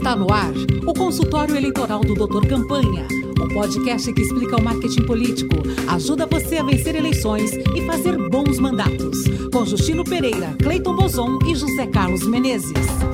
Está no ar o consultório eleitoral do Dr. Campanha, o podcast que explica o marketing político, ajuda você a vencer eleições e fazer bons mandatos. Com Justino Pereira, Cleiton Bozon e José Carlos Menezes.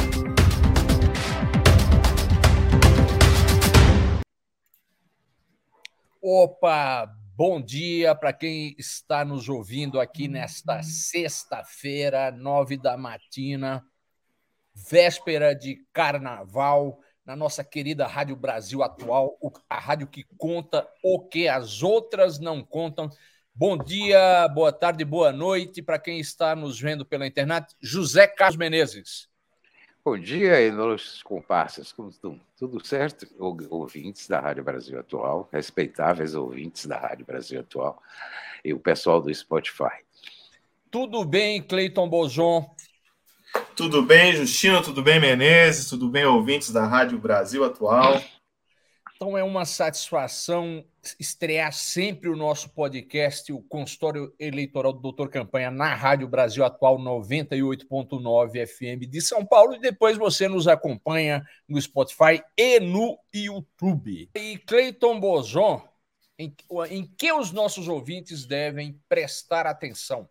Opa, bom dia para quem está nos ouvindo aqui nesta sexta-feira, 9 da matina, véspera de carnaval, na nossa querida Rádio Brasil Atual, a rádio que conta o que as outras não contam. Bom dia, boa tarde, boa noite para quem está nos vendo pela internet. José Carlos Menezes. Bom dia, ilustres comparsas, como estão? Tudo certo? Ouvintes da Rádio Brasil Atual, respeitáveis ouvintes da Rádio Brasil Atual e o pessoal do Spotify. Tudo bem, Cleiton Bozon? Tudo bem, Justino? Tudo bem, Menezes? Tudo bem, ouvintes da Rádio Brasil Atual? Então é uma satisfação estrear sempre o nosso podcast, o consultório eleitoral do Dr. Campanha, na Rádio Brasil Atual 98.9 FM de São Paulo, e depois você nos acompanha no Spotify e no YouTube. E Cleiton Bozon, em que os nossos ouvintes devem prestar atenção?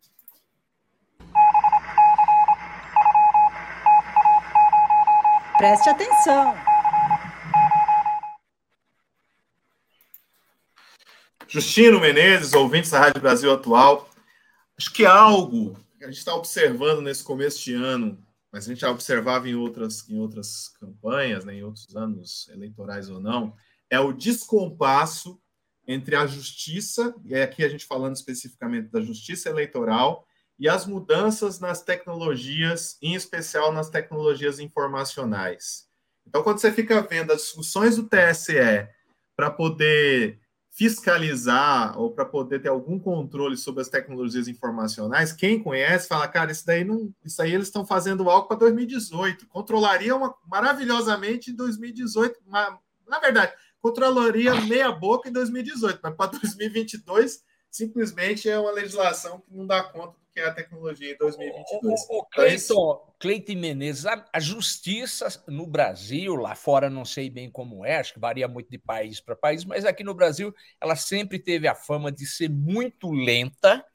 Preste atenção. Justino Menezes, ouvintes da Rádio Brasil Atual, acho que algo que a gente está observando nesse começo de ano, mas a gente já observava em outras campanhas, né, em outros anos eleitorais ou não, é o descompasso entre a justiça, e aqui a gente falando especificamente da justiça eleitoral, e as mudanças nas tecnologias, em especial nas tecnologias informacionais. Então, quando você fica vendo as discussões do TSE para poder fiscalizar ou para poder ter algum controle sobre as tecnologias informacionais, quem conhece fala, cara, isso aí eles estão fazendo algo para 2018. Controlariam maravilhosamente em 2018, na verdade, controlaria meia boca em 2018, mas para 2022 simplesmente é uma legislação que não dá conta do que é a tecnologia em 2022. Cleiton Menezes, a justiça no Brasil, lá fora não sei bem como é, acho que varia muito de país para país, mas aqui no Brasil ela sempre teve a fama de ser muito lenta,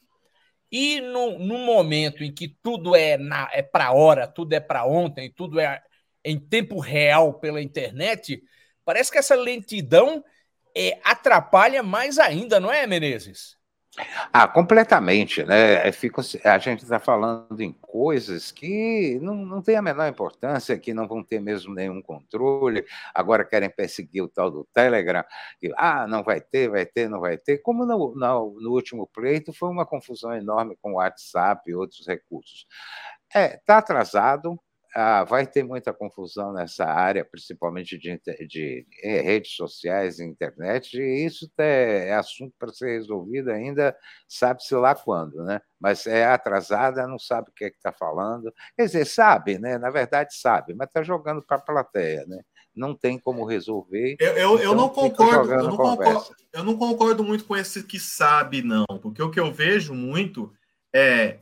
e no momento em que tudo é para hora, tudo é para ontem, tudo é em tempo real pela internet, parece que essa lentidão atrapalha mais ainda, não é, Menezes? Completamente, né? A gente está falando em coisas que não tem a menor importância, que não vão ter mesmo nenhum controle. Agora querem perseguir o tal do Telegram, que não vai ter, não vai ter. Como no último pleito foi uma confusão enorme com o WhatsApp e outros recursos. Está atrasado. Vai ter muita confusão nessa área, principalmente de redes sociais e internet, e isso é assunto para ser resolvido ainda, sabe-se lá quando, né? Mas é atrasada, não sabe o que é que está falando. Quer dizer, sabe, né? Na verdade sabe, mas está jogando para a plateia, né? Não tem como resolver. Eu não concordo, eu não concordo muito com esse que sabe, não, porque o que eu vejo muito é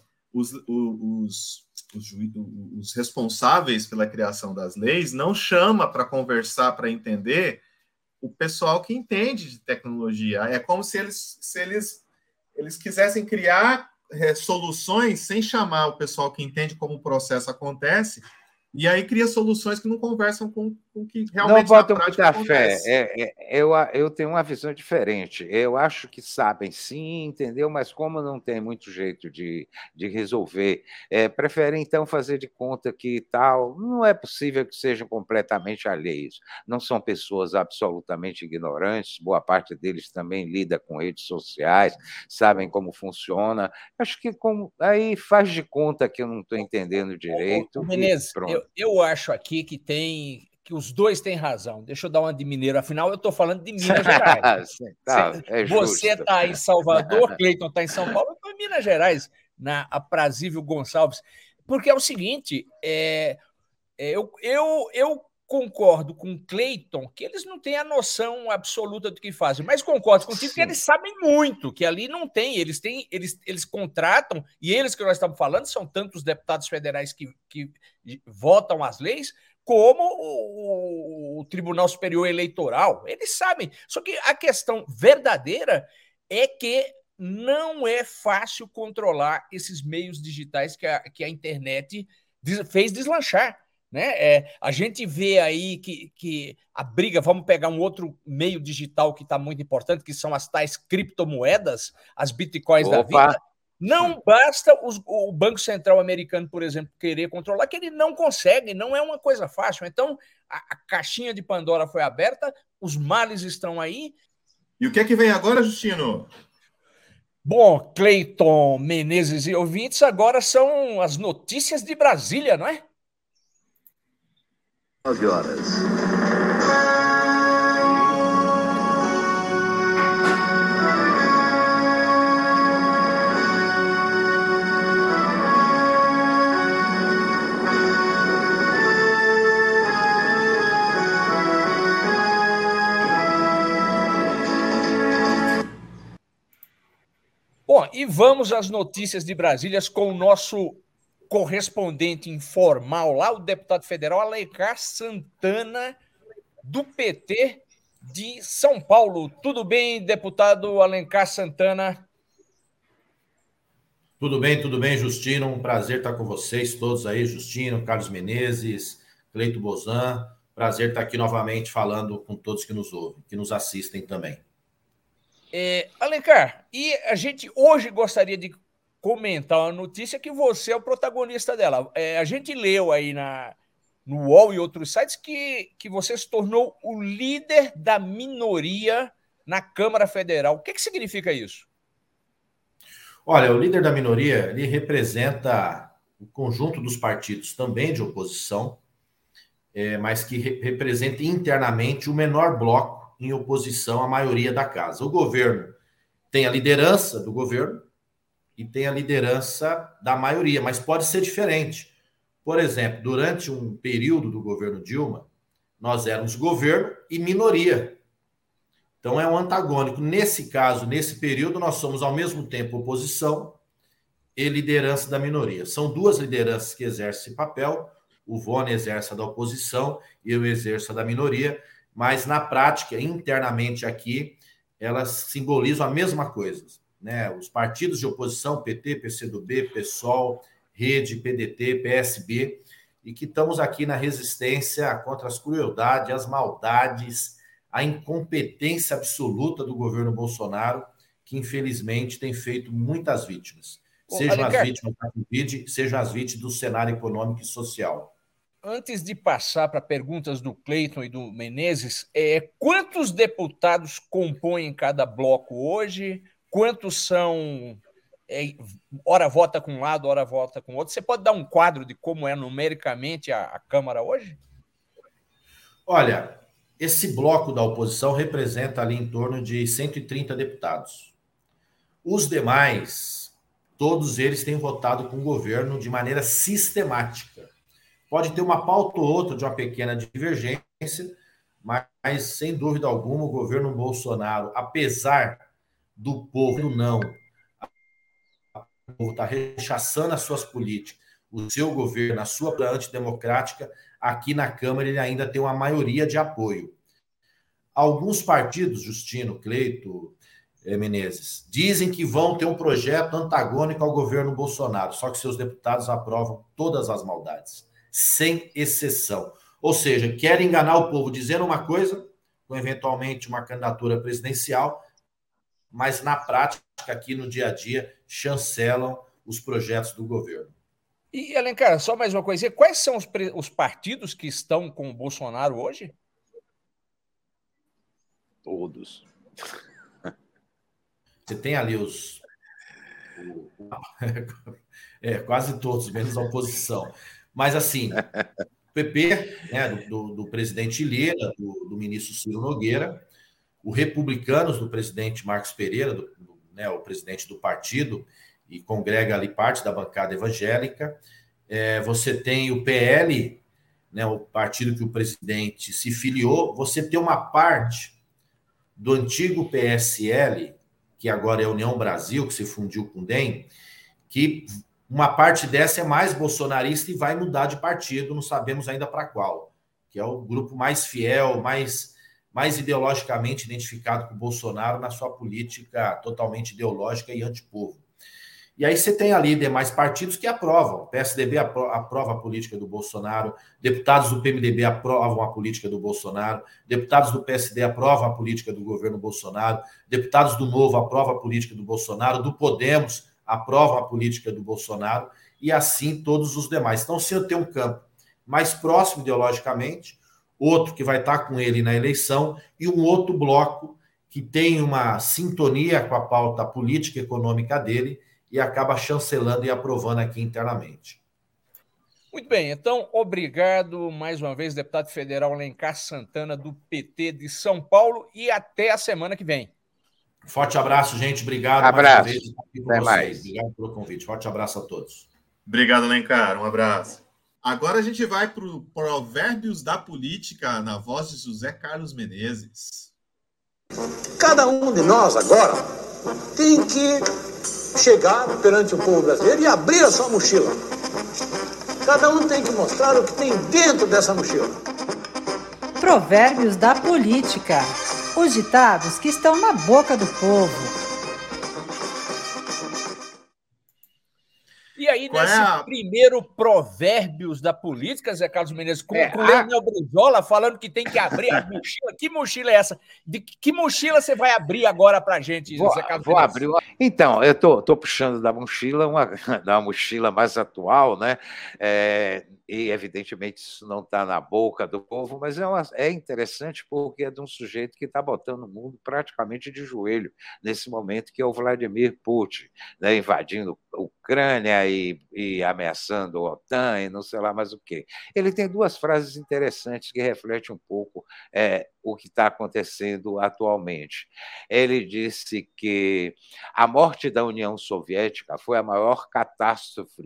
os responsáveis pela criação das leis não chama para conversar, para entender o pessoal que entende de tecnologia. É como se eles quisessem criar soluções sem chamar o pessoal que entende como o processo acontece, e aí cria soluções que não conversam com o que realmente na prática acontece. Eu tenho uma visão diferente. Eu acho que sabem sim, entendeu? Mas como não tem muito jeito de resolver, preferem então fazer de conta que tal. Não é possível que sejam completamente alheios. Não são pessoas absolutamente ignorantes, boa parte deles também lida com redes sociais, sabem como funciona. Acho que aí faz de conta que eu não estou entendendo direito. Menezes, eu acho aqui que os dois têm razão. Deixa eu dar uma de mineiro, afinal eu estou falando de Minas Gerais. Você está em Salvador, Cleiton está em São Paulo, eu estou em Minas Gerais, na Aprazível Gonçalves. Porque é o seguinte, eu concordo com o Cleiton que eles não têm a noção absoluta do que fazem, mas concordo contigo que eles sabem muito, que ali não tem, eles contratam, e eles que nós estamos falando são tanto os deputados federais que votam as leis, como o Tribunal Superior Eleitoral. Eles sabem. Só que a questão verdadeira é que não é fácil controlar esses meios digitais que a internet fez deslanchar. Né? A gente vê aí que a briga, vamos pegar um outro meio digital que está muito importante, que são as tais criptomoedas, as bitcoins da vida. Não basta o Banco Central americano, por exemplo, querer controlar, que ele não consegue, não é uma coisa fácil. Então, a caixinha de Pandora foi aberta, os males estão aí. E o que é que vem agora, Justino? Bom, Cleiton, Menezes e ouvintes, agora são as notícias de Brasília, não é? 9 horas. Bom, e vamos às notícias de Brasília com o nosso correspondente informal lá, o deputado federal Alencar Santana, do PT de São Paulo. Tudo bem, deputado Alencar Santana? Tudo bem, Justino. Um prazer estar com vocês todos aí, Justino, Carlos Menezes, Cleito Bozan. Prazer estar aqui novamente falando com todos que nos ouvem, que nos assistem também. Alencar, e a gente hoje gostaria de comentar uma notícia que você é o protagonista dela. A gente leu aí no UOL e outros sites que você se tornou o líder da minoria na Câmara Federal. O que significa isso? Olha, o líder da minoria, ele representa o conjunto dos partidos também de oposição, mas que representa internamente o menor bloco em oposição à maioria da casa. O governo tem a liderança do governo e tem a liderança da maioria, mas pode ser diferente. Por exemplo, durante um período do governo Dilma, nós éramos governo e minoria. Então é um antagônico. Nesse caso, nesse período, nós somos ao mesmo tempo oposição e liderança da minoria. São duas lideranças que exercem esse papel. O Vone exerce a da oposição e eu exerço a da minoria, mas na prática, internamente aqui, elas simbolizam a mesma coisa. Né? Os partidos de oposição, PT, PCdoB, PSOL, Rede, PDT, PSB, e que estamos aqui na resistência contra as crueldades, as maldades, a incompetência absoluta do governo Bolsonaro, que infelizmente tem feito muitas vítimas. Sejam as vítimas da Covid, sejam as vítimas do cenário econômico e social. Antes de passar para perguntas do Cleiton e do Menezes, quantos deputados compõem cada bloco hoje? Quantos são... ora vota com um lado, ora vota com o outro. Você pode dar um quadro de como é numericamente a Câmara hoje? Olha, esse bloco da oposição representa ali em torno de 130 deputados. Os demais, todos eles têm votado com o governo de maneira sistemática. Pode ter uma pauta ou outra de uma pequena divergência, mas sem dúvida alguma o governo Bolsonaro, apesar do povo não, o povo está rechaçando as suas políticas, o seu governo, a sua plana antidemocrática, aqui na Câmara ele ainda tem uma maioria de apoio. Alguns partidos, Justino, Cleito, Menezes, dizem que vão ter um projeto antagônico ao governo Bolsonaro, só que seus deputados aprovam todas as maldades, sem exceção. Ou seja, querem enganar o povo dizendo uma coisa, com eventualmente uma candidatura presidencial, mas na prática, aqui no dia a dia, chancelam os projetos do governo. E, Alencar, só mais uma coisinha, quais são os partidos que estão com o Bolsonaro hoje? Todos. Você tem ali quase todos, menos a oposição. Mas, assim, o PP, né, do presidente Lira, do ministro Ciro Nogueira, o Republicanos, do presidente Marcos Pereira, o presidente do partido, e congrega ali parte da bancada evangélica. Você tem o PL, né, o partido que o presidente se filiou. Você tem uma parte do antigo PSL, que agora é a União Brasil, que se fundiu com o DEM, que uma parte dessa é mais bolsonarista e vai mudar de partido, não sabemos ainda para qual. que é o grupo mais fiel, mais ideologicamente identificado com o Bolsonaro na sua política totalmente ideológica e antipovo. E aí você tem ali demais partidos que aprovam. O PSDB aprova a política do Bolsonaro, deputados do PMDB aprovam a política do Bolsonaro, deputados do PSD aprovam a política do governo Bolsonaro, deputados do Novo aprovam a política do Bolsonaro, do Podemos aprovam a política do Bolsonaro, e assim todos os demais. Então, se eu tenho um campo mais próximo ideologicamente, outro que vai estar com ele na eleição, e um outro bloco que tem uma sintonia com a pauta política e econômica dele, e acaba chancelando e aprovando aqui internamente. Muito bem, então, obrigado mais uma vez, deputado federal Alencar Santana, do PT de São Paulo, e até a semana que vem. Forte abraço, gente. Obrigado abraço. Mais uma vez aqui com até vocês. Mais. Obrigado pelo convite. Forte abraço a todos. Obrigado, Alencar. Um abraço. Agora a gente vai para o Provérbios da Política, na voz de José Carlos Menezes. Cada um de nós agora tem que chegar perante o povo brasileiro e abrir a sua mochila. Cada um tem que mostrar o que tem dentro dessa mochila. Provérbios da Política. Os ditados que estão na boca do povo. E aí, nesse primeiro Provérbios da Política, Zé Carlos Menezes, com o Leonel Brizola falando que tem que abrir a mochila. Que mochila é essa? De que mochila você vai abrir agora para a gente, Zé Carlos Menezes? Abrir. Então, eu tô puxando da mochila, da mochila mais atual, né? E, evidentemente, isso não está na boca do povo, mas é interessante porque é de um sujeito que está botando o mundo praticamente de joelho nesse momento, que é o Vladimir Putin, né? Invadindo a Ucrânia e ameaçando a OTAN e não sei lá mais o quê. Ele tem duas frases interessantes que refletem um pouco o que está acontecendo atualmente. Ele disse que a morte da União Soviética foi a maior catástrofe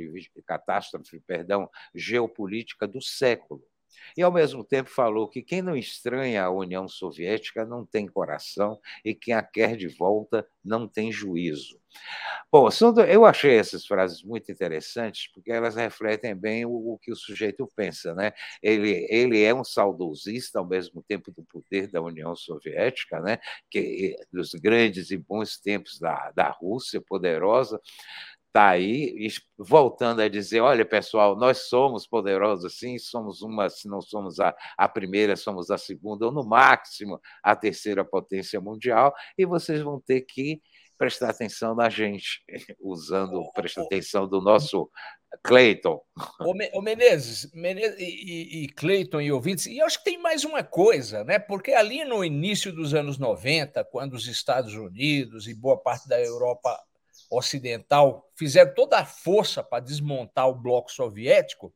geopolítica do século. E, ao mesmo tempo, falou que quem não estranha a União Soviética não tem coração e quem a quer de volta não tem juízo. Bom, eu achei essas frases muito interessantes porque elas refletem bem o que o sujeito pensa, né? Ele é um saudosista ao mesmo tempo do poder da União Soviética, né? Dos grandes e bons tempos da Rússia poderosa. Está aí, voltando a dizer, olha, pessoal, nós somos poderosos, sim, somos uma, se não somos a primeira, somos a segunda, ou no máximo a terceira potência mundial, e vocês vão ter que prestar atenção na gente, presta atenção do nosso Cleiton. O Menezes e Cleiton e ouvintes, e eu acho que tem mais uma coisa, né? Porque ali no início dos anos 90, quando os Estados Unidos e boa parte da Europa Ocidental fizeram toda a força para desmontar o bloco soviético,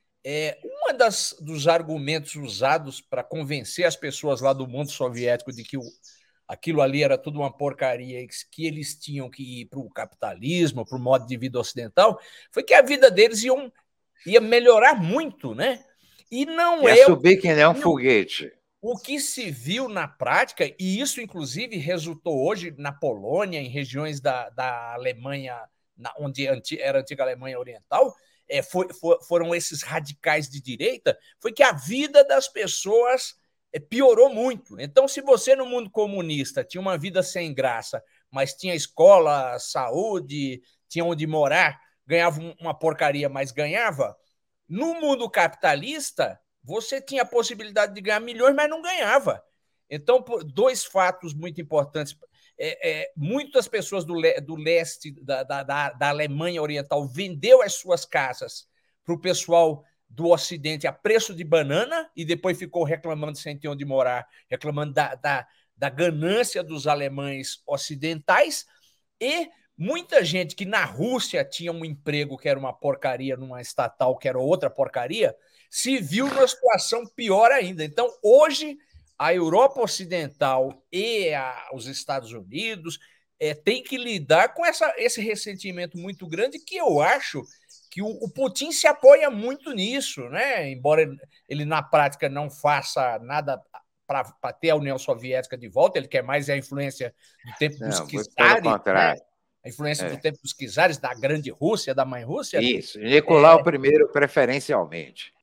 dos argumentos usados para convencer as pessoas lá do mundo soviético de que aquilo ali era tudo uma porcaria e que eles tinham que ir para o capitalismo, para o modo de vida ocidental, foi que a vida deles ia melhorar muito, né? E não ia subir que nem um foguete. O que se viu na prática, e isso, inclusive, resultou hoje na Polônia, em regiões da Alemanha, onde era a antiga Alemanha Oriental, foram esses radicais de direita, foi que a vida das pessoas piorou muito. Então, se você, no mundo comunista, tinha uma vida sem graça, mas tinha escola, saúde, tinha onde morar, ganhava uma porcaria, mas ganhava, no mundo capitalista, você tinha a possibilidade de ganhar milhões, mas não ganhava. Então, dois fatos muito importantes. Muitas pessoas do leste da Alemanha Oriental vendeu as suas casas para o pessoal do Ocidente a preço de banana e depois ficou reclamando sem ter onde morar, reclamando da ganância dos alemães ocidentais, e muita gente que na Rússia tinha um emprego que era uma porcaria numa estatal que era outra porcaria, se viu numa situação pior ainda. Então, hoje, a Europa Ocidental e os Estados Unidos têm que lidar com esse ressentimento muito grande, que eu acho que o Putin se apoia muito nisso, né? Embora ele, na prática, não faça nada para ter a União Soviética de volta, ele quer mais a influência do tempo dos czares, né? A influência do tempo dos czares, da grande Rússia, da mãe Rússia. Isso, Nicolau I preferencialmente.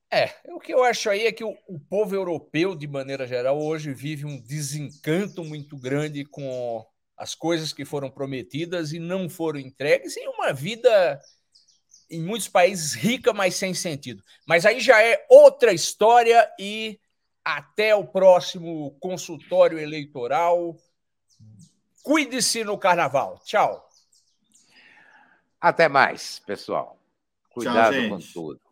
O que eu acho aí é que o povo europeu, de maneira geral, hoje vive um desencanto muito grande com as coisas que foram prometidas e não foram entregues, e uma vida, em muitos países, rica, mas sem sentido. Mas aí já é outra história, e até o próximo consultório eleitoral. Cuide-se no carnaval. Tchau. Até mais, pessoal. Cuidado com tudo.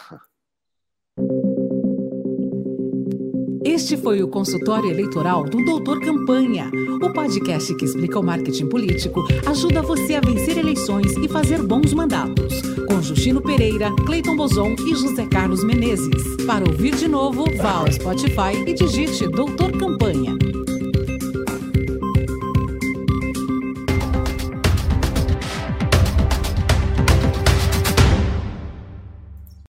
Este foi o consultório eleitoral do Doutor Campanha, o podcast que explica o marketing político, ajuda você a vencer eleições e fazer bons mandatos. Com Justino Pereira, Cleiton Bozon e José Carlos Menezes. Para ouvir de novo, vá ao Spotify e digite Doutor Campanha.